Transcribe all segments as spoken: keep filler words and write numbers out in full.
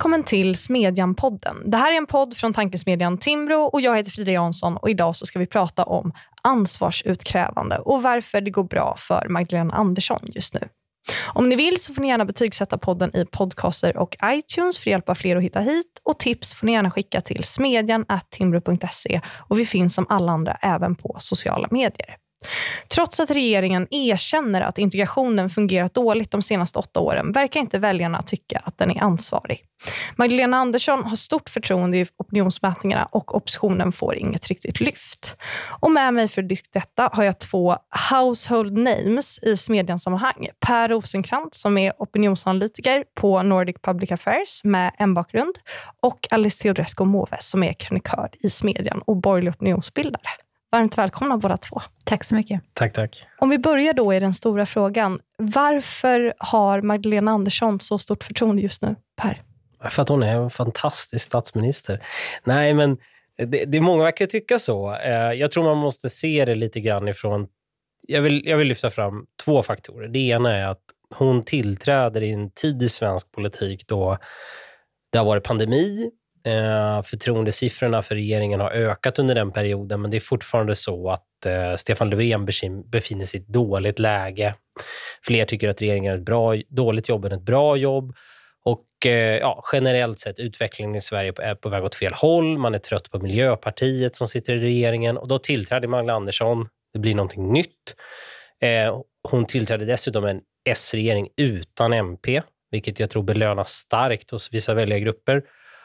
Välkommen till Smedjan-podden. Det här är en podd från Tankesmedjan Timbro och jag heter Frida Jansson och idag så ska vi prata om ansvarsutkrävande och varför det går bra för Magdalena Andersson just nu. Om ni vill så får ni gärna betygsätta podden i podcaster och iTunes för att hjälpa fler att hitta hit, och tips får ni gärna skicka till smedjan at timbro punkt se och vi finns som alla andra även på sociala medier. Trots att regeringen erkänner att integrationen fungerat dåligt de senaste åtta åren verkar inte väljarna tycka att den är ansvarig. Magdalena Andersson har stort förtroende i opinionsmätningarna och oppositionen får inget riktigt lyft. Och med mig för att diskutera detta har jag två household names i smedjansammanhang. Per Rosenkrantz som är opinionsanalytiker på Nordic Public Affairs med en bakgrund och Alice Teodorescu Måwe som är krönikör i Smedjan och borgerlig opinionsbildare. Varmt välkomna båda två. Tack så mycket. Tack, tack. Om vi börjar då i den stora frågan. Varför har Magdalena Andersson så stort förtroende just nu, Per? För att hon är en fantastisk statsminister. Nej, men det, det är många verkar tycka så. Jag tror man måste se det lite grann ifrån... Jag vill, jag vill lyfta fram två faktorer. Det ena är att hon tillträder i en tid i svensk politik då det har varit pandemi. Uh, förtroendesiffrorna för regeringen har ökat under den perioden, men det är fortfarande så att uh, Stefan Löfven befinner sig i ett dåligt läge. Fler tycker att regeringen är ett bra, dåligt jobb än ett bra jobb. Och uh, ja, generellt sett utvecklingen i Sverige är på väg åt fel håll. Man är trött på Miljöpartiet som sitter i regeringen och då tillträder Magdalena Andersson. Det blir någonting nytt. Uh, hon tillträdde dessutom en S-regering utan M P, vilket jag tror belönas starkt hos vissa väljargrupper.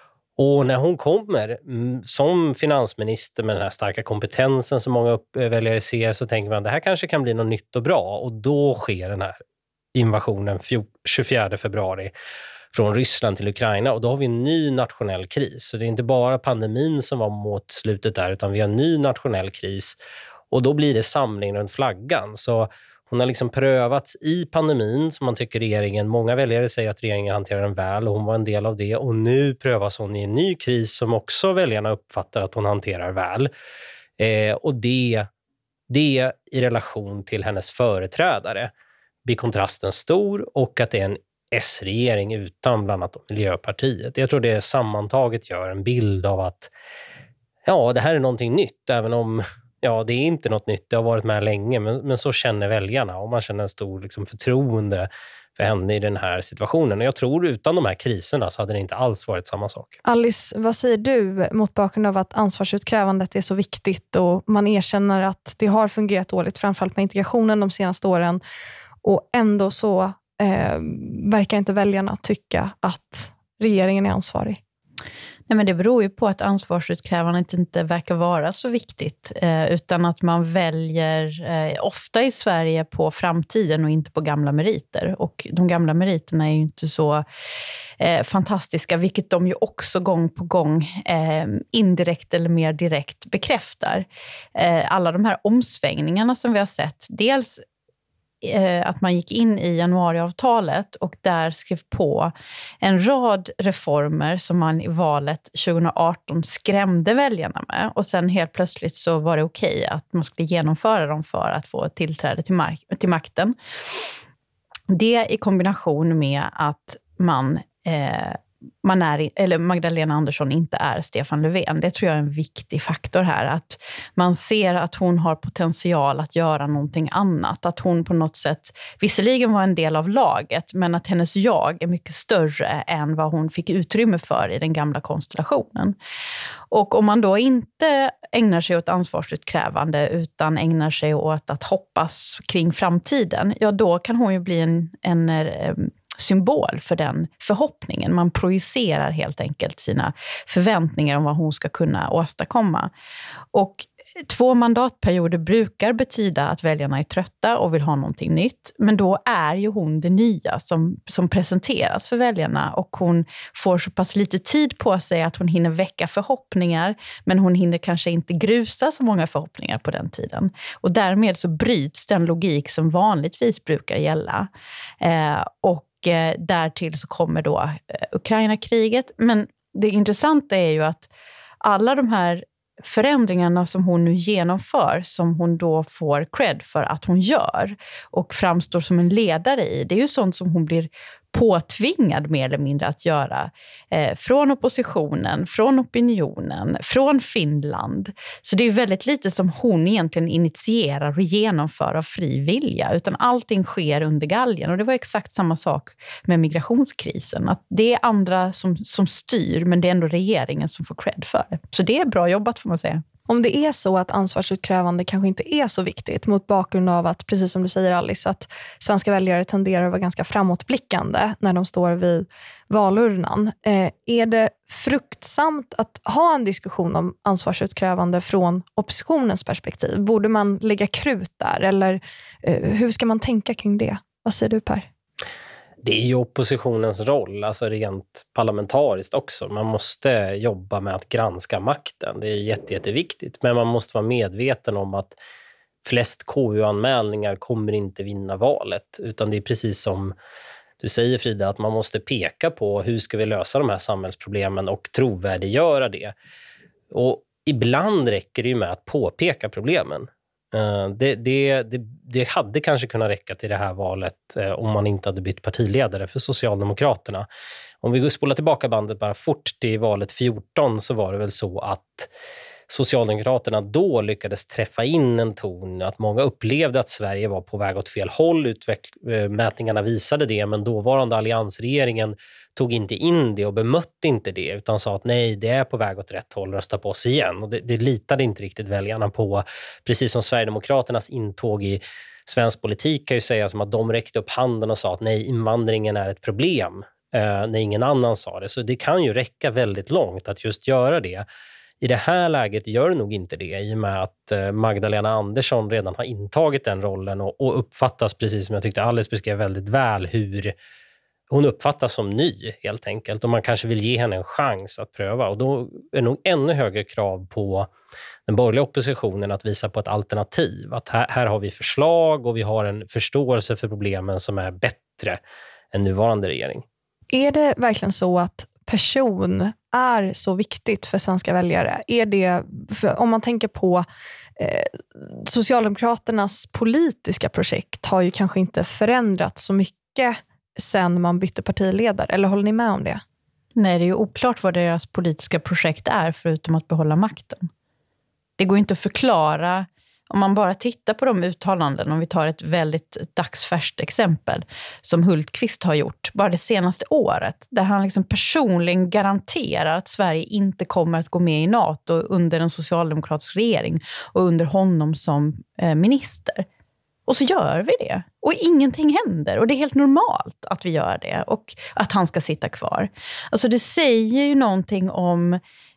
Och när hon kommer som finansminister med den här starka kompetensen som många väljare ser, så tänker man att det här kanske kan bli något nytt och bra. Och då sker den här invasionen tjugofjärde februari från Ryssland till Ukraina. Och då har vi en ny nationell kris. Så det är inte bara pandemin som var mot slutet där, utan vi har en ny nationell kris. Och då blir det samling runt flaggan. Så hon har liksom prövats i pandemin som man tycker regeringen, många väljare säger att regeringen hanterar den väl och hon var en del av det. Och nu prövas hon i en ny kris som också väljarna uppfattar att hon hanterar väl. Eh, och det, det i relation till hennes företrädare blir kontrasten stor, och att det är en S-regering utan bland annat Miljöpartiet. Jag tror det sammantaget gör en bild av att ja, det här är någonting nytt, även om... Ja, det är inte något nytt. Det har varit med länge, men, men så känner väljarna. Och man känner en stor liksom, förtroende för henne i den här situationen. Och jag tror utan de här kriserna så hade det inte alls varit samma sak. Alice, vad säger du mot bakgrund av att ansvarsutkrävandet är så viktigt och man erkänner att det har fungerat dåligt, framförallt med integrationen de senaste åren. Och ändå så eh, verkar inte väljarna tycka att regeringen är ansvarig. Nej, men det beror ju på att ansvarsutkrävandet inte verkar vara så viktigt, eh, utan att man väljer eh, ofta i Sverige på framtiden och inte på gamla meriter. Och de gamla meriterna är ju inte så eh, fantastiska, vilket de ju också gång på gång eh, indirekt eller mer direkt bekräftar. Eh, alla de här omsvängningarna som vi har sett, dels att man gick in i januariavtalet och där skrev på en rad reformer som man i valet tjugo arton skrämde väljarna med. Och sen helt plötsligt så var det okej att man skulle genomföra dem för att få tillträde till, mark- till makten. Det i kombination med att man... Eh, Man är, eller Magdalena Andersson inte är Stefan Löfven. Det tror jag är en viktig faktor här. Att man ser att hon har potential att göra någonting annat. Att hon på något sätt visserligen var en del av laget, men att hennes jag är mycket större än vad hon fick utrymme för i den gamla konstellationen. Och om man då inte ägnar sig åt ansvarsutkrävande utan ägnar sig åt att hoppas kring framtiden, ja då kan hon ju bli en... en symbol för den förhoppningen. Man projicerar helt enkelt sina förväntningar om vad hon ska kunna åstadkomma. Och två mandatperioder brukar betyda att väljarna är trötta och vill ha någonting nytt. Men då är ju hon det nya som, som presenteras för väljarna. Och hon får så pass lite tid på sig att hon hinner väcka förhoppningar. Men hon hinner kanske inte grusa så många förhoppningar på den tiden. Och därmed så bryts den logik som vanligtvis brukar gälla. Eh, och eh, därtill så kommer då eh, Ukraina-kriget. Men det intressanta är ju att alla de här förändringarna som hon nu genomför, som hon då får cred för att hon gör och framstår som en ledare i, det är ju sånt som hon blir påtvingad mer eller mindre att göra eh, från oppositionen, från opinionen, från Finland. Så det är väldigt lite som hon egentligen initierar och genomför av fri vilja, utan allting sker under galgen. Och det var exakt samma sak med migrationskrisen, att det är andra som, som styr, men det är ändå regeringen som får cred för det. Så det är bra jobbat, får man säga. Om det är så att ansvarsutkrävande kanske inte är så viktigt mot bakgrund av att, precis som du säger Alice, att svenska väljare tenderar att vara ganska framåtblickande när de står vid valurnan. Eh, är det fruktsamt att ha en diskussion om ansvarsutkrävande från oppositionens perspektiv? Borde man lägga krut där? Eller eh, hur ska man tänka kring det? Vad säger du, Per? Det är ju oppositionens roll, alltså rent parlamentariskt också. Man måste jobba med att granska makten. Det är jätte, jätteviktigt. Men man måste vara medveten om att flest K U-anmälningar kommer inte vinna valet. Utan det är precis som du säger, Frida, att man måste peka på hur ska vi lösa de här samhällsproblemen och trovärdiggöra det. Och ibland räcker det ju med att påpeka problemen. Uh, det, det, det, det hade kanske kunnat räcka till det här valet uh, om man inte hade bytt partiledare för Socialdemokraterna. Om vi spolar tillbaka bandet bara fort till valet fjorton, så var det väl så att Socialdemokraterna då lyckades träffa in en ton, att många upplevde att Sverige var på väg åt fel håll. Utveck- mätningarna visade det, men dåvarande alliansregeringen tog inte in det och bemötte inte det, utan sa att nej, det är på väg åt rätt håll, rösta på oss igen. Och det, det litade inte riktigt väljarna på. Precis som Sverigedemokraternas intåg i svensk politik kan ju säga som att de räckte upp handen och sa att nej, invandringen är ett problem, eh, när ingen annan sa det. Så det kan ju räcka väldigt långt att just göra det. I det här läget gör det nog inte det, i och med att Magdalena Andersson redan har intagit den rollen och, och uppfattas, precis som jag tyckte Alice beskrev väldigt väl, hur hon uppfattas som ny helt enkelt. Och man kanske vill ge henne en chans att pröva. Och då är det nog ännu högre krav på den borgerliga oppositionen att visa på ett alternativ. Att här, här har vi förslag och vi har en förståelse för problemen som är bättre än nuvarande regering. Är det verkligen så att person är så viktigt för svenska väljare? Är det, om man tänker på eh, Socialdemokraternas politiska projekt har ju kanske inte förändrats så mycket sen man bytte partiledare, eller håller ni med om det? Nej, det är ju oklart vad deras politiska projekt är förutom att behålla makten. Det går inte att förklara. Om man bara tittar på de uttalanden, om vi tar ett väldigt dagsfärskt exempel som Hultqvist har gjort bara det senaste året, där han liksom personligen garanterar att Sverige inte kommer att gå med i NATO under en socialdemokratisk regering och under honom som eh, minister. Och så gör vi det. Och ingenting händer. Och det är helt normalt att vi gör det. Och att han ska sitta kvar. Alltså det säger ju någonting om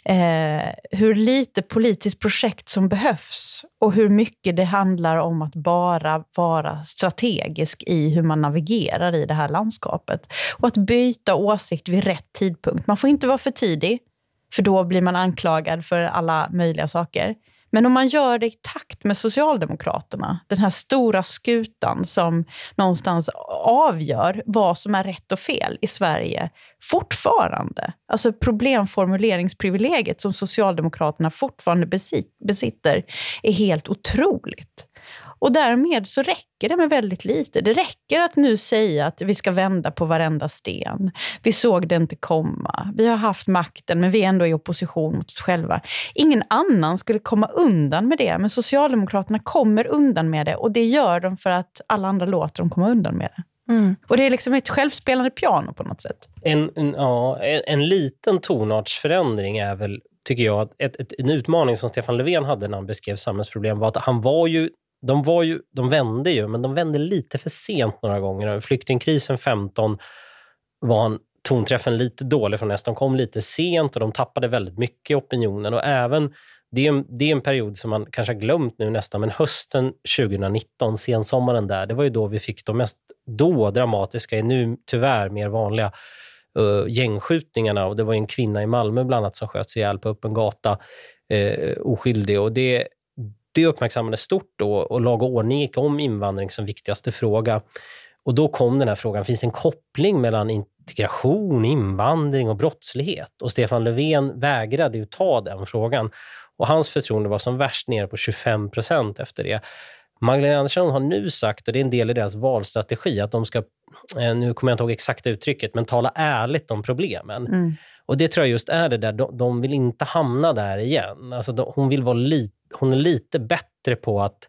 eh, hur lite politiskt projekt som behövs. Och hur mycket det handlar om att bara vara strategisk i hur man navigerar i det här landskapet. Och att byta åsikt vid rätt tidpunkt. Man får inte vara för tidig. För då blir man anklagad för alla möjliga saker. Men om man gör det i takt med Socialdemokraterna, den här stora skutan som någonstans avgör vad som är rätt och fel i Sverige fortfarande. Alltså problemformuleringsprivilegiet som Socialdemokraterna fortfarande besitter är helt otroligt. Och därmed så räcker det med väldigt lite. Det räcker att nu säga att vi ska vända på varenda sten. Vi såg det inte komma. Vi har haft makten, men vi är ändå i opposition mot oss själva. Ingen annan skulle komma undan med det, men Socialdemokraterna kommer undan med det. Och det gör de för att alla andra låter dem komma undan med det. Mm. Och det är liksom ett självspelande piano på något sätt. En, en, ja, en, en liten tonartsförändring är väl, tycker jag, att ett, ett, en utmaning som Stefan Löfven hade när han beskrev samhällsproblem var att han var ju De, var ju, de vände ju, men de vände lite för sent några gånger. Flyktingkrisen femton var en tonträffen lite dålig från S. De kom lite sent och de tappade väldigt mycket i opinionen. Och även, det är, en, det är en period som man kanske har glömt nu nästan, men hösten tjugonitton, sensommaren där, det var ju då vi fick de mest då dramatiska, nu tyvärr mer vanliga uh, gängskjutningarna. Och det var en kvinna i Malmö bland annat som sköts ihjäl på öppen gata, uh, oskyldig. Och det Det uppmärksammades stort då, och lag och ordning gick om invandring som viktigaste fråga. Och då kom den här frågan, finns det en koppling mellan integration, invandring och brottslighet? Och Stefan Löfven vägrade ju ta den frågan. Och hans förtroende var som värst nere på tjugofem procent efter det. Magdalena Andersson har nu sagt, och det är en del i deras valstrategi, att de ska, nu kommer jag inte ihåg exakta uttrycket, men tala ärligt om problemen. Mm. Och det tror jag just är det där, de, de vill inte hamna där igen. Alltså de, hon vill vara lite, hon är lite bättre på att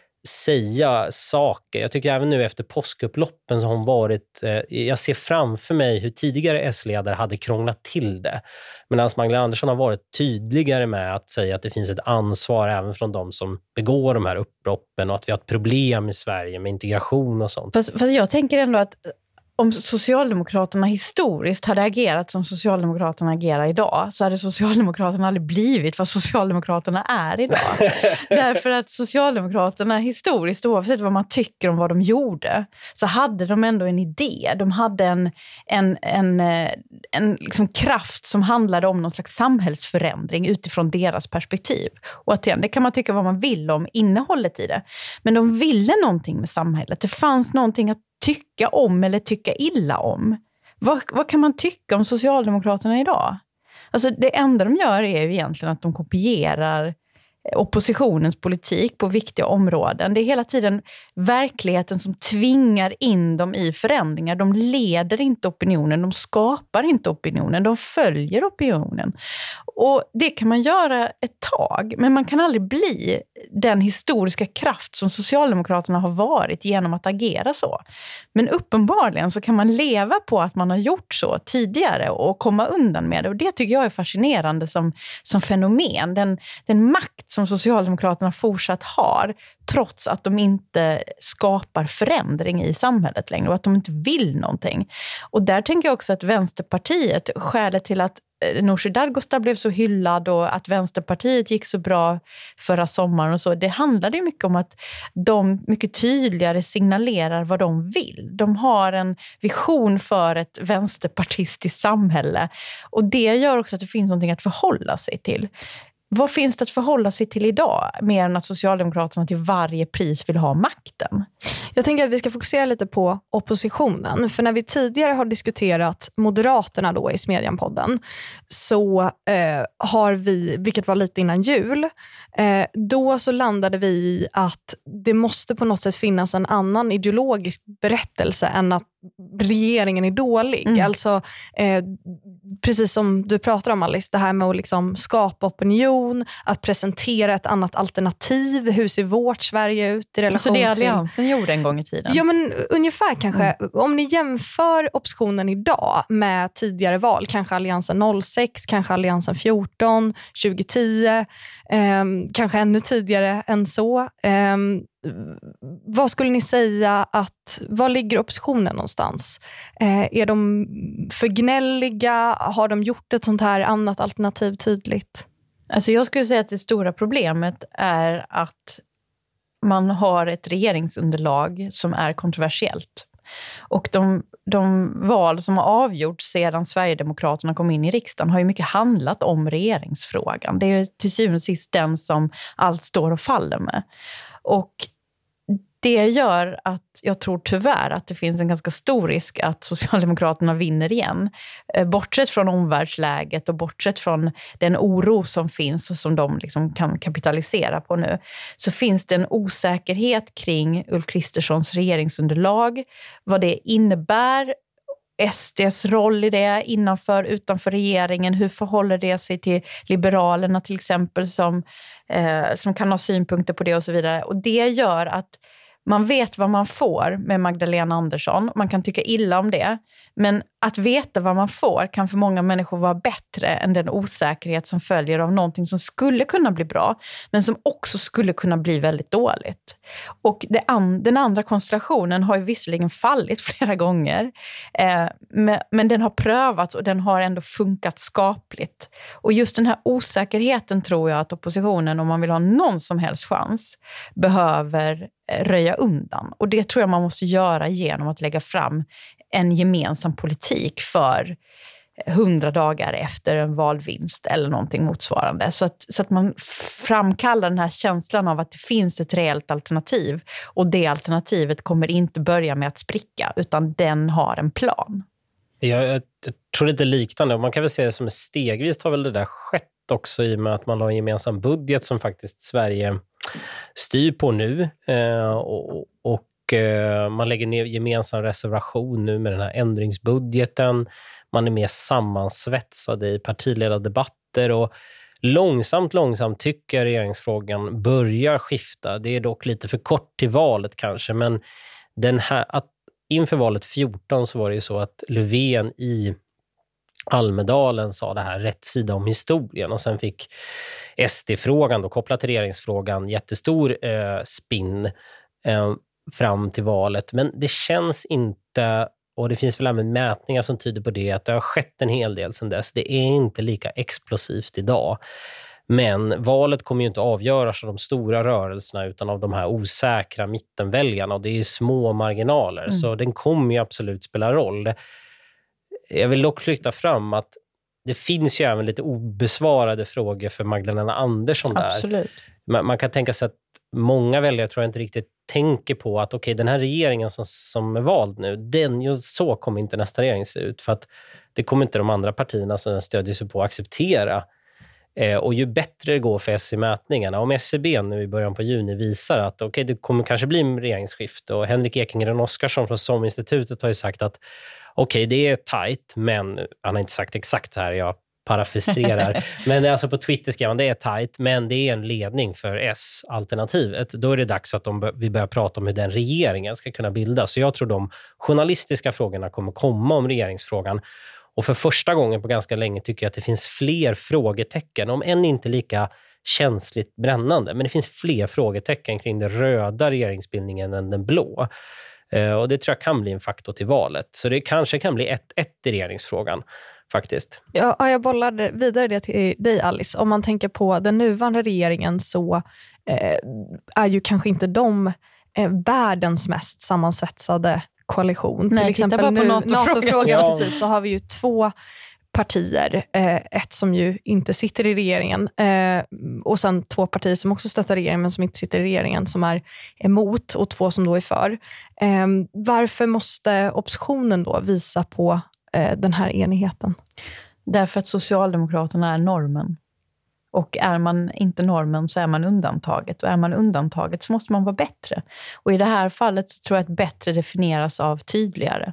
säga saker. Jag tycker även nu efter påskupploppen så har hon varit, eh, jag ser framför mig hur tidigare S-ledare hade krånglat till det. Medan Magdalena Andersson har varit tydligare med att säga att det finns ett ansvar även från de som begår de här upploppen och att vi har ett problem i Sverige med integration och sånt. Fast, fast jag tänker ändå att om Socialdemokraterna historiskt hade agerat som Socialdemokraterna agerar idag, så hade Socialdemokraterna aldrig blivit vad Socialdemokraterna är idag. Därför att Socialdemokraterna historiskt, oavsett vad man tycker om vad de gjorde, så hade de ändå en idé. De hade en, en, en, en liksom kraft som handlade om någon slags samhällsförändring utifrån deras perspektiv. Och att det kan man tycka vad man vill om innehållet i det. Men de ville någonting med samhället. Det fanns någonting att tycka om eller tycka illa om. Vad, vad kan man tycka om Socialdemokraterna idag? Alltså det enda de gör är ju egentligen att de kopierar oppositionens politik på viktiga områden. Det är hela tiden verkligheten som tvingar in dem i förändringar. De leder inte opinionen, de skapar inte opinionen, de följer opinionen. Och det kan man göra ett tag, men man kan aldrig bli den historiska kraft som Socialdemokraterna har varit genom att agera så. Men uppenbarligen så kan man leva på att man har gjort så tidigare och komma undan med det. Och det tycker jag är fascinerande som, som fenomen. Den, den makt som Socialdemokraterna fortsatt har, trots att de inte skapar förändring i samhället längre och att de inte vill någonting. Och där tänker jag också att Vänsterpartiet, skälet till att Nooshi Dadgostar blev så hyllad och att Vänsterpartiet gick så bra förra sommaren och så, det handlade ju mycket om att de mycket tydligare signalerar vad de vill. De har en vision för ett vänsterpartistiskt samhälle och det gör också att det finns någonting att förhålla sig till. Vad finns det att förhålla sig till idag mer än att Socialdemokraterna till varje pris vill ha makten? Jag tänker att vi ska fokusera lite på oppositionen. För när vi tidigare har diskuterat Moderaterna då i Smedjan-podden så eh, har vi, vilket var lite innan jul, eh, då så landade vi i att det måste på något sätt finnas en annan ideologisk berättelse än att regeringen är dålig. Mm. Alltså eh, precis som du pratar om, Alice, det här med att liksom skapa opinion, att presentera ett annat alternativ. Hur ser vårt Sverige ut i relation alltså det till... Alliansen gjorde en gång i tiden. Ja, men ungefär kanske. Mm. Om ni jämför oppositionen idag med tidigare val, kanske Alliansen noll sex, kanske Alliansen fjorton, tjugo tio, eh, kanske ännu tidigare än så. Eh, vad skulle ni säga att, var ligger oppositionen någonstans? Eh, är de för gnälliga? Har de gjort ett sånt här annat alternativ tydligt? Alltså jag skulle säga att det stora problemet är att man har ett regeringsunderlag som är kontroversiellt. Och de, de val som har avgjorts sedan Sverigedemokraterna kom in i riksdagen har ju mycket handlat om regeringsfrågan. Det är ju till syvende och sist den som allt står och faller med. Och det gör att jag tror tyvärr att det finns en ganska stor risk att Socialdemokraterna vinner igen. Bortsett från omvärldsläget och bortsett från den oro som finns och som de liksom kan kapitalisera på nu, så finns det en osäkerhet kring Ulf Kristerssons regeringsunderlag, vad det innebär, S D:s roll i det, innanför, utanför regeringen, hur förhåller det sig till Liberalerna till exempel som, eh, som kan ha synpunkter på det och så vidare. Och det gör att man vet vad man får med Magdalena Andersson. Man kan tycka illa om det. Men att veta vad man får kan för många människor vara bättre än den osäkerhet som följer av någonting som skulle kunna bli bra, men som också skulle kunna bli väldigt dåligt. Och det an- den andra konstellationen har ju visserligen fallit flera gånger, eh, men, men den har prövats och den har ändå funkat skapligt. Och just den här osäkerheten tror jag att oppositionen, om man vill ha någon som helst chans, behöver röja undan. Och det tror jag man måste göra genom att lägga fram en gemensam politik för hundra dagar efter en valvinst eller någonting motsvarande. Så att, så att man framkallar den här känslan av att det finns ett reellt alternativ och det alternativet kommer inte börja med att spricka utan den har en plan. Jag, jag, jag tror det är liknande. Man kan väl säga det som är stegvis har väl det där skett också i och med att man har en gemensam budget som faktiskt Sverige styr på nu. Eh, och, och eh, man lägger ner gemensam reservation nu med den här ändringsbudgeten. Man är mer sammansvetsade i partiledardebatter och långsamt, långsamt tycker jag regeringsfrågan börjar skifta. Det är dock lite för kort till valet kanske, men den här, att inför valet fjorton så var det ju så att Löfven i Almedalen sa det här rätt sida om historien och sen fick S D-frågan då kopplat till regeringsfrågan jättestor eh, spinn eh, fram till valet. Men det känns inte, och det finns väl även mätningar som tyder på det, att det har skett en hel del sedan dess. Det är inte lika explosivt idag. Men valet kommer ju inte avgöras av de stora rörelserna utan av de här osäkra mittenväljarna och det är små marginaler. Mm. Så den kommer ju absolut spela roll. Jag vill dock flytta fram att det finns ju även lite obesvarade frågor för Magdalena Andersson där. Absolut. Man, man kan tänka sig att många väljare tror jag inte riktigt tänker på att okej, okay, den här regeringen som, som är vald nu, den, ju, så kommer inte nästa regering se ut. För att det kommer inte de andra partierna som den stödjer sig på att acceptera. Eh, och ju bättre det går för S I-mätningarna, om S C B nu i början på juni visar att okej, okay, det kommer kanske bli en regeringsskifte och Henrik Ekengren Oskarsson från SOM-institutet har ju sagt att okej, okay, det är tajt, men han har inte sagt exakt så här, jag parafrastrerar. Men det är alltså på Twitter skrev han, det är tajt, men det är en ledning för S-alternativet. Då är det dags att de, vi börjar prata om hur den regeringen ska kunna bildas. Så jag tror de journalistiska frågorna kommer komma om regeringsfrågan. Och för första gången på ganska länge tycker jag att det finns fler frågetecken, om än inte lika känsligt brännande. Men det finns fler frågetecken kring den röda regeringsbildningen än den blå. Uh, och det tror jag kan bli en faktor till valet. Så det kanske kan bli ett ett i regeringsfrågan faktiskt. Ja, jag bollade vidare det till dig, Alice. Om man tänker på den nuvarande regeringen så eh, är ju kanske inte de eh, världens mest sammansvetsade koalition. Nej, till exempel bara nu, på NATO-frågan. NATO-frågan ja. precis, så har vi ju två partier, eh, ett som ju inte sitter i regeringen eh, och sen två partier som också stöttar regeringen men som inte sitter i regeringen, som är emot, och två som då är för. Eh, varför måste oppositionen då visa på eh, den här enigheten? Därför att Socialdemokraterna är normen. Och är man inte normen så är man undantaget. Och är man undantaget så måste man vara bättre. Och i det här fallet så tror jag att bättre definieras av tydligare.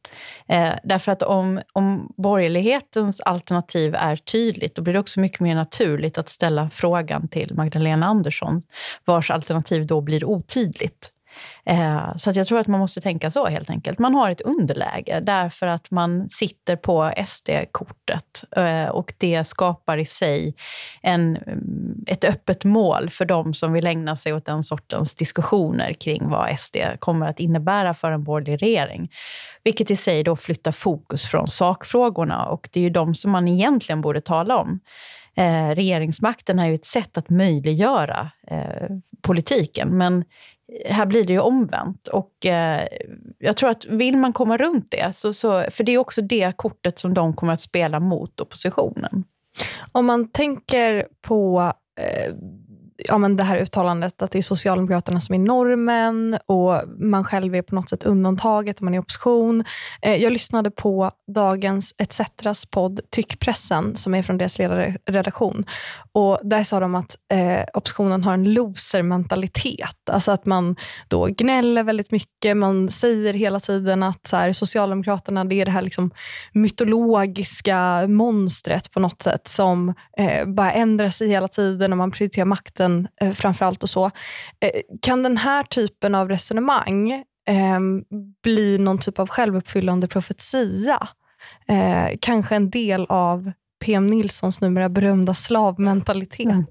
Eh, därför att om, om borgerlighetens alternativ är tydligt, då blir det också mycket mer naturligt att ställa frågan till Magdalena Andersson, vars alternativ då blir otydligt. Eh, så att jag tror att man måste tänka så helt enkelt. Man har ett underläge därför att man sitter på S D-kortet eh, och det skapar i sig en, ett öppet mål för de som vill ägna sig åt den sortens diskussioner kring vad S D kommer att innebära för en borgerlig regering. Vilket i sig då flyttar fokus från sakfrågorna, och det är ju de som man egentligen borde tala om. Eh, regeringsmakten är ju ett sätt att möjliggöra eh, politiken, men här blir det ju omvänt, och eh, jag tror att vill man komma runt det, så, så, för det är också det kortet som de kommer att spela mot oppositionen. Om man tänker på eh, ja, men det här uttalandet att det är Socialdemokraterna som är normen och man själv är på något sätt undantaget om man är i opposition. Eh, jag lyssnade på dagens et ceteras podd Tyckpressen som är från deras ledarredaktion, och där sa de att eh, oppositionen har en loser-mentalitet. Alltså att man då gnäller väldigt mycket, man säger hela tiden att så här, Socialdemokraterna, det är det här liksom mytologiska monstret på något sätt som eh, bara ändrar sig hela tiden och man prioriterar makten Eh, framförallt och så. Eh, kan den här typen av resonemang eh, bli någon typ av självuppfyllande profetia? Eh, kanske en del av P M Nilssons numera berömda slavmentalitet.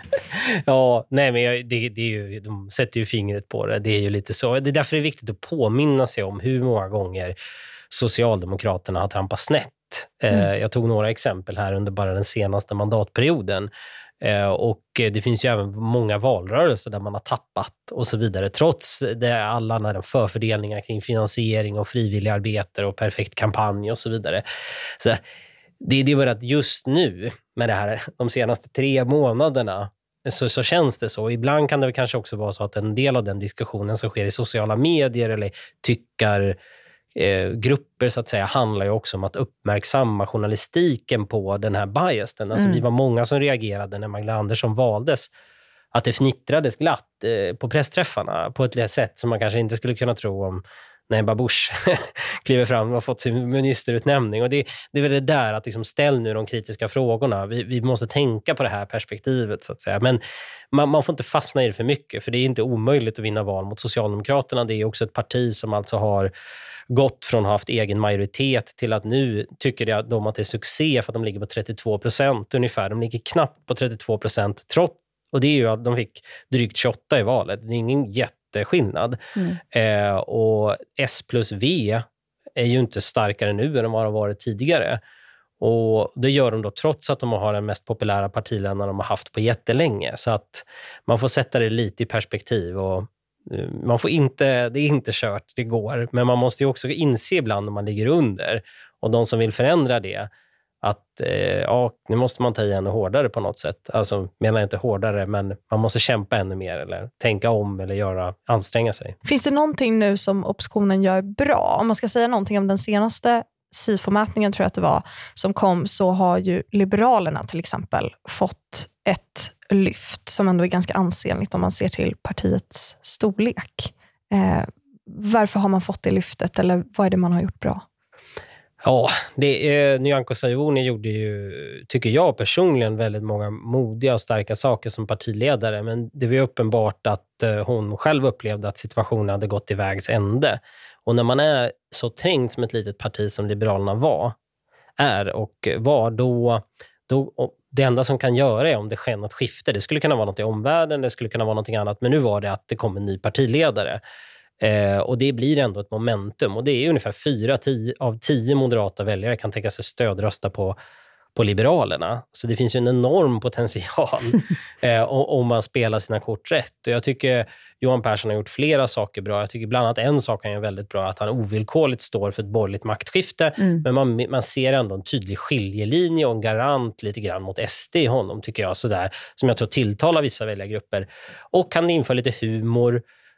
Ja, nej men jag, det, det är ju, de sätter ju fingret på det. Det är ju lite så. Det är därför det är viktigt att påminna sig om hur många gånger Socialdemokraterna har trampat snett. Mm. Eh, jag tog några exempel här under bara den senaste mandatperioden. Eh, och det finns ju även många valrörelser där man har tappat och så vidare. Trots det, alla när de förfördelningar kring finansiering och frivilligarbete och perfekt kampanj och så vidare. Så det, det är bara att just nu med det här de senaste tre månaderna så, så känns det så. Ibland kan det kanske också vara så att en del av den diskussionen som sker i sociala medier eller tyckar Eh, grupper så att säga handlar ju också om att uppmärksamma journalistiken på den här biasen. Alltså mm. vi var många som reagerade när Magdalena Andersson valdes att det fnittrades glatt eh, på pressträffarna på ett sätt som man kanske inte skulle kunna tro om när Ebba Busch kliver fram och har fått sin ministerutnämning. Och det, det är väl det där att liksom ställ nu de kritiska frågorna. Vi, vi måste tänka på det här perspektivet så att säga. Men man, man får inte fastna i det för mycket, för det är inte omöjligt att vinna val mot Socialdemokraterna. Det är också ett parti som alltså har gått från att ha haft egen majoritet till att nu tycker de att det är succé för att de ligger på trettiotvå procent ungefär. De ligger knappt på trettiotvå procent trots, och det är ju att de fick drygt tjugoåtta i valet. Det är ingen jätteskillnad. Mm. Eh, och S plus V är ju inte starkare nu än vad de har varit tidigare. Och det gör de då trots att de har den mest populära partiledaren de har haft på jättelänge. Så att man får sätta det lite i perspektiv, och man får inte, det är inte kört, det går. Men man måste ju också inse ibland när man ligger under. Och de som vill förändra det, att eh, ja, nu måste man ta i ännu hårdare på något sätt. Alltså, menar inte hårdare, men man måste kämpa ännu mer eller tänka om eller göra, anstränga sig. Finns det någonting nu som oppositionen gör bra? Om man ska säga någonting om den senaste SIFO-mätningen, tror jag att det var, som kom, så har ju Liberalerna till exempel fått ett lyft som ändå är ganska ansenligt om man ser till partiets storlek. Eh, varför har man fått det lyftet, eller vad är det man har gjort bra? Ja, det är, Nyamko Sabuni gjorde ju, tycker jag personligen, väldigt många modiga och starka saker som partiledare. Men det var uppenbart att eh, hon själv upplevde att situationen hade gått till vägs ände. Och när man är så tänkt som ett litet parti som Liberalerna var, är och var, då, då det enda som kan göra är om det sker något skifte. Det skulle kunna vara något i omvärlden, det skulle kunna vara något annat. Men nu var det att det kom en ny partiledare. Eh, och det blir ändå ett momentum. Och det är ungefär fyra tio, av tio moderata väljare kan tänka sig stödrösta på, på Liberalerna. Så det finns ju en enorm potential eh, om man spelar sina kort rätt. Och jag tycker Johan Persson har gjort flera saker bra. Jag tycker bland annat en sak han gör väldigt bra, att han ovillkorligt står för ett borgerligt maktskifte. Mm. Men man, man ser ändå en tydlig skiljelinje och en garant lite grann mot S D i honom, tycker jag, sådär, som jag tror tilltalar vissa väljargrupper. Och kan införa lite humor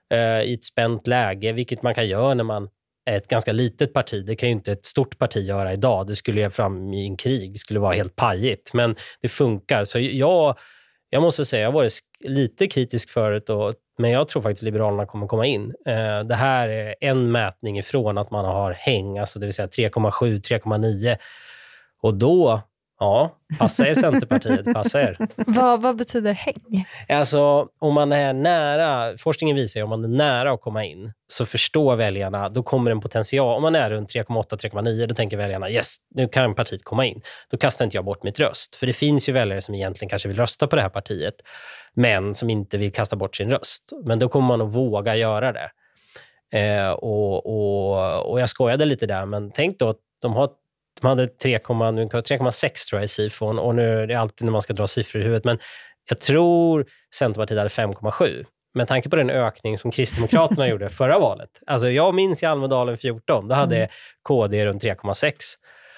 i ett spänt läge, vilket man kan göra när man är ett ganska litet parti. Det kan ju inte ett stort parti göra idag. Det skulle ju fram i en krig. Det skulle vara helt pajigt. Men det funkar. Så jag, jag måste säga, jag har varit lite kritisk förut, och, men jag tror faktiskt Liberalerna kommer komma in. Det här är en mätning ifrån att man har häng, alltså det vill säga tre komma sju, tre komma nio. Och då, ja, passa er Centerpartiet, passa er. Vad, vad betyder häng? Alltså, om man är nära, forskningen visar ju om man är nära att komma in, så förstår väljarna, då kommer en potential. Om man är runt tre komma åtta, tre komma nio, då tänker väljarna, yes, nu kan partiet komma in. Då kastar inte jag bort mitt röst. För det finns ju väljare som egentligen kanske vill rösta på det här partiet, men som inte vill kasta bort sin röst. Men då kommer man att våga göra det. Eh, och, och, och jag skojade lite där, men tänk då att de har De hade tre komma sex tror jag i SIFON, och nu är det alltid när man ska dra siffror i huvudet, men jag tror Centerpartiet hade fem komma sju. Med tanke på den ökning som Kristdemokraterna gjorde förra valet. Alltså jag minns i Almedalen fjorton, då hade mm. K D runt tre komma sex.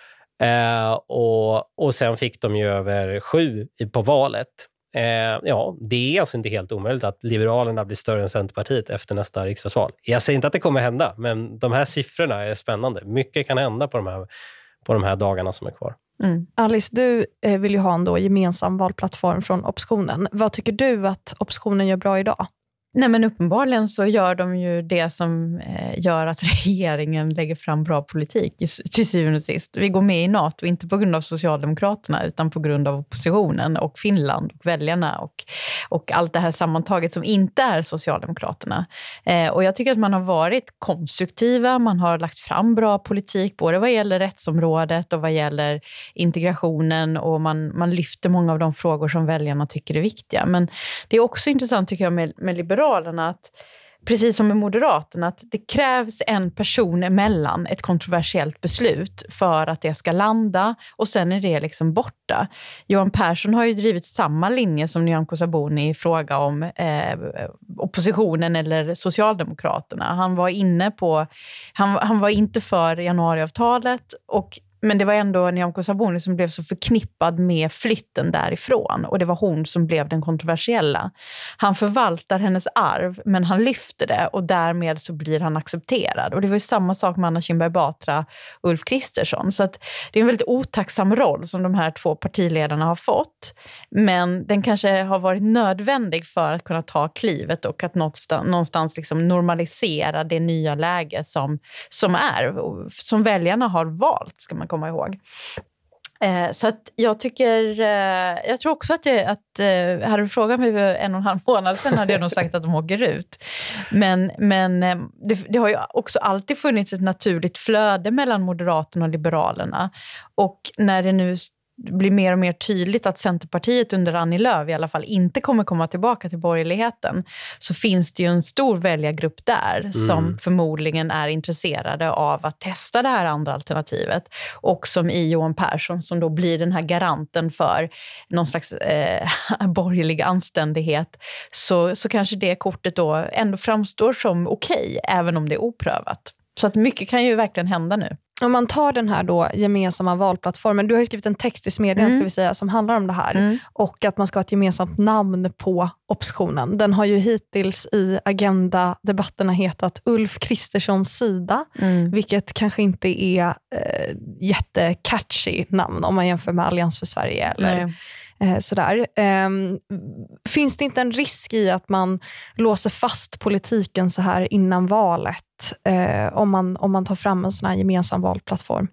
Eh, och, och sen fick de ju över sju på valet. Eh, ja, det är alltså inte helt omöjligt att Liberalerna blir större än Centerpartiet efter nästa riksdagsval. Jag säger inte att det kommer hända, men de här siffrorna är spännande. Mycket kan hända på de här på de här dagarna som är kvar. Mm. Alice, du eh, vill ju ha en då gemensam valplattform från oppositionen. Vad tycker du att oppositionen gör bra idag? Nej, men uppenbarligen så gör de ju det som eh, gör att regeringen lägger fram bra politik till syvende och sist. Vi går med i NATO, inte på grund av Socialdemokraterna utan på grund av oppositionen och Finland och väljarna och, och allt det här sammantaget som inte är Socialdemokraterna. Eh, och jag tycker att man har varit konstruktiva, man har lagt fram bra politik både vad gäller rättsområdet och vad gäller integrationen, och man, man lyfter många av de frågor som väljarna tycker är viktiga. Men det är också intressant tycker jag med, med Liberalerna att, precis som med Moderaterna, att det krävs en person emellan ett kontroversiellt beslut för att det ska landa, och sen är det liksom borta. Johan Persson har ju drivit samma linje som Nyamko Sabuni i fråga om eh, oppositionen eller Socialdemokraterna. Han var inne på, han, han var inte för januariavtalet, och Men det var ändå Nyamko Sabuni som blev så förknippad med flytten därifrån. Och det var hon som blev den kontroversiella. Han förvaltar hennes arv, men han lyfter det. Och därmed så blir han accepterad. Och det var ju samma sak med Anna Kinberg Batra och Ulf Kristersson. Så att det är en väldigt otacksam roll som de här två partiledarna har fått. Men den kanske har varit nödvändig för att kunna ta klivet. Och att någonstans, någonstans liksom normalisera det nya läge som, som är. Som väljarna har valt, ska man komma ihåg. Eh, så att jag tycker, eh, jag tror också att det, att eh, hade du frågat mig för en och en halv månad sedan hade jag nog sagt att de åker ut. Men, men eh, det, det har ju också alltid funnits ett naturligt flöde mellan Moderaterna och Liberalerna. Och när det nu det blir mer och mer tydligt att Centerpartiet under Annie Lööf i alla fall inte kommer komma tillbaka till borgerligheten, så finns det ju en stor väljargrupp där mm. som förmodligen är intresserade av att testa det här andra alternativet, och som i Johan Persson som då blir den här garanten för någon slags eh, borgerlig anständighet, så, så kanske det kortet då ändå framstår som okej, även om det är oprövat. Så att mycket kan ju verkligen hända nu. Om man tar den här då gemensamma valplattformen, du har ju skrivit en text i Smedjan mm. ska vi säga, som handlar om det här mm. och att man ska ha ett gemensamt namn på oppositionen. Den har ju hittills i Agenda-debatterna hetat Ulf Kristerssons sida, mm. vilket kanske inte är eh, jättecatchy namn om man jämför med Allians för Sverige eller Nej. Eh, sådär. Eh, finns det inte en risk i att man låser fast politiken så här innan valet? Eh, om, man, om man tar fram en sån här gemensam valplattform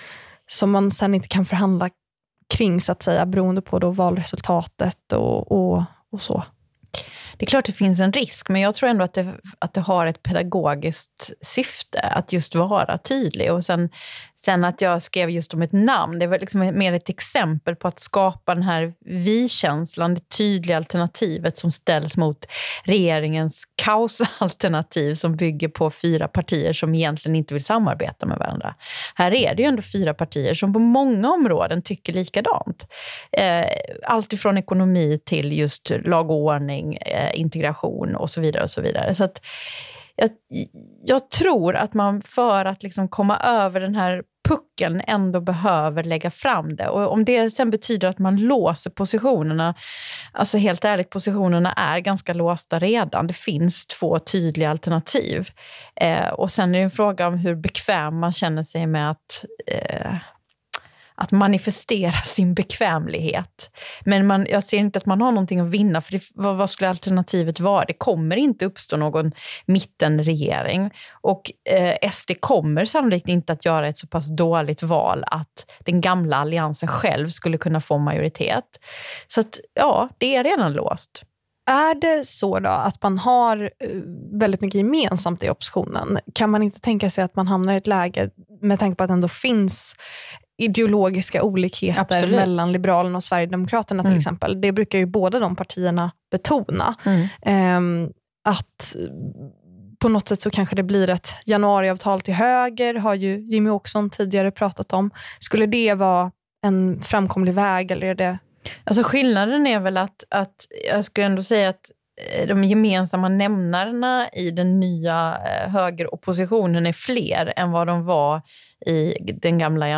som man sen inte kan förhandla kring, så att säga, beroende på då valresultatet och, och, och så. Det är klart det finns en risk, men jag tror ändå att det, att det har ett pedagogiskt syfte att just vara tydlig. Och sen, sen att jag skrev just om ett namn, det var liksom mer ett exempel på att skapa den här vi-känslan, det tydliga alternativet som ställs mot regeringens kaosalternativ som bygger på fyra partier som egentligen inte vill samarbeta med varandra. Här är det ju ändå fyra partier som på många områden tycker likadant. Eh, allt ifrån ekonomi till just lag och ordning, eh, integration och så vidare och så vidare. Så att jag, jag tror att man för att liksom komma över den här pucken ändå behöver lägga fram det. Och om det sen betyder att man låser positionerna, alltså helt ärligt, positionerna är ganska låsta redan. Det finns två tydliga alternativ. Eh, och sen är det en fråga om hur bekväm man känner sig med att eh, att manifestera sin bekvämlighet. Men man, jag ser inte att man har någonting att vinna, för det, vad, vad skulle alternativet vara? Det kommer inte uppstå någon mittenregering, och eh, S D kommer sannolikt inte att göra ett så pass dåligt val att den gamla alliansen själv skulle kunna få majoritet. Så att ja, det är redan låst. Är det så då att man har väldigt mycket gemensamt i oppositionen? Kan man inte tänka sig att man hamnar i ett läge med tanke på att det ändå finns ideologiska olikheter Absolut. mellan Liberalerna och Sverigedemokraterna till mm. exempel. Det brukar ju båda de partierna betona. Mm. Um, att på något sätt så kanske det blir ett januariavtal till höger, har ju Jimmy Åkesson tidigare pratat om. Skulle det vara en framkomlig väg, eller är det... Alltså skillnaden är väl att, att jag skulle ändå säga att de gemensamma nämnarna i den nya högeroppositionen är fler än vad de var i den gamla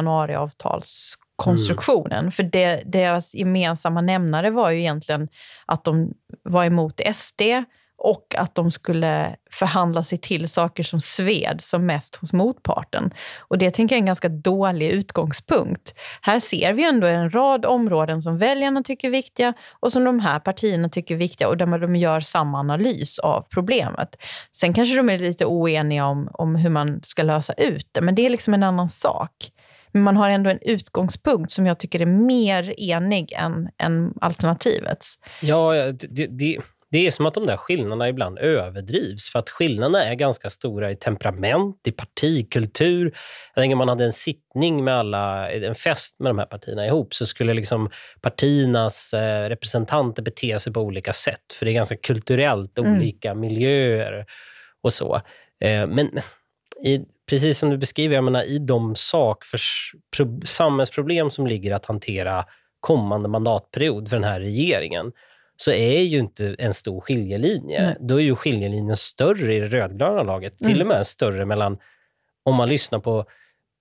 januariavtalskonstruktionen. Mm. För det, deras gemensamma nämnare var ju egentligen att de var emot S D och att de skulle förhandla sig till saker som sved som mest hos motparten. Och det tänker jag är en ganska dålig utgångspunkt. Här ser vi ändå en rad områden som väljarna tycker är viktiga och som de här partierna tycker är viktiga, och där de gör samma analys av problemet. Sen kanske de är lite oeniga om, om hur man ska lösa ut det, men det är liksom en annan sak. Men man har ändå en utgångspunkt som jag tycker är mer enig än, än alternativets. Ja, det... det... Det är som att de där skillnaderna ibland överdrivs, för att skillnaderna är ganska stora i temperament, i partikultur. Jag tänker, om man hade en sittning med alla, en fest med de här partierna ihop, så skulle liksom partiernas eh, representanter bete sig på olika sätt, för det är ganska kulturellt mm. olika miljöer och så. Eh, men i, precis som du beskriver, jag menar, i de sak för pro, samhällsproblem som ligger att hantera kommande mandatperiod för den här regeringen, så är ju inte en stor skiljelinje. Nej. Då är ju skiljelinjen större i det rödgröna laget. Mm. Till och med större mellan, om man lyssnar på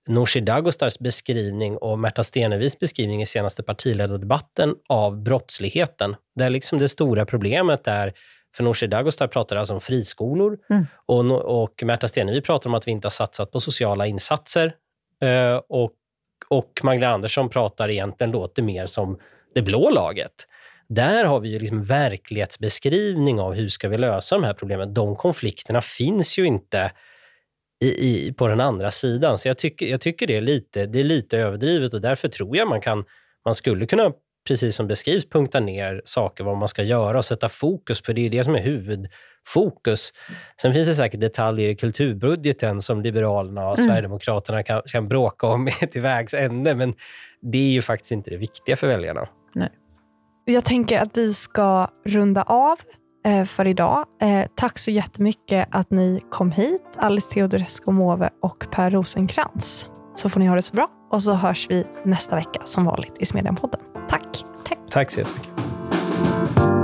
Nooshi Dadgostars beskrivning och Märta Stenevis beskrivning i senaste partiledardebatten av brottsligheten. Där liksom det stora problemet är, för Nooshi Dadgostar pratar alltså om friskolor mm. och, och Märta Stenevi pratar om att vi inte har satsat på sociala insatser eh, och, och Magdalena Andersson pratar egentligen låter mer som det blå laget. Där har vi ju liksom verklighetsbeskrivning av hur ska vi lösa de här problemen. De konflikterna finns ju inte i, i, på den andra sidan. Så jag tycker, jag tycker det, är lite, det är lite överdrivet och därför tror jag man, kan, man skulle kunna, precis som beskrivs, punkta ner saker vad man ska göra och sätta fokus på. Det är det som är huvudfokus. Sen finns det säkert detaljer i kulturbudgeten som Liberalerna och mm. Sverigedemokraterna kan, kan bråka om till vägs ände, men det är ju faktiskt inte det viktiga för väljarna. Nej. Jag tänker att vi ska runda av eh, för idag. Eh, tack så jättemycket att ni kom hit, Alice Teodorescu Måwe och Per Rosenkrantz. Så får ni ha det så bra och så hörs vi nästa vecka som vanligt i Smedjan-podden. Tack! Tack, Tack så jättemycket.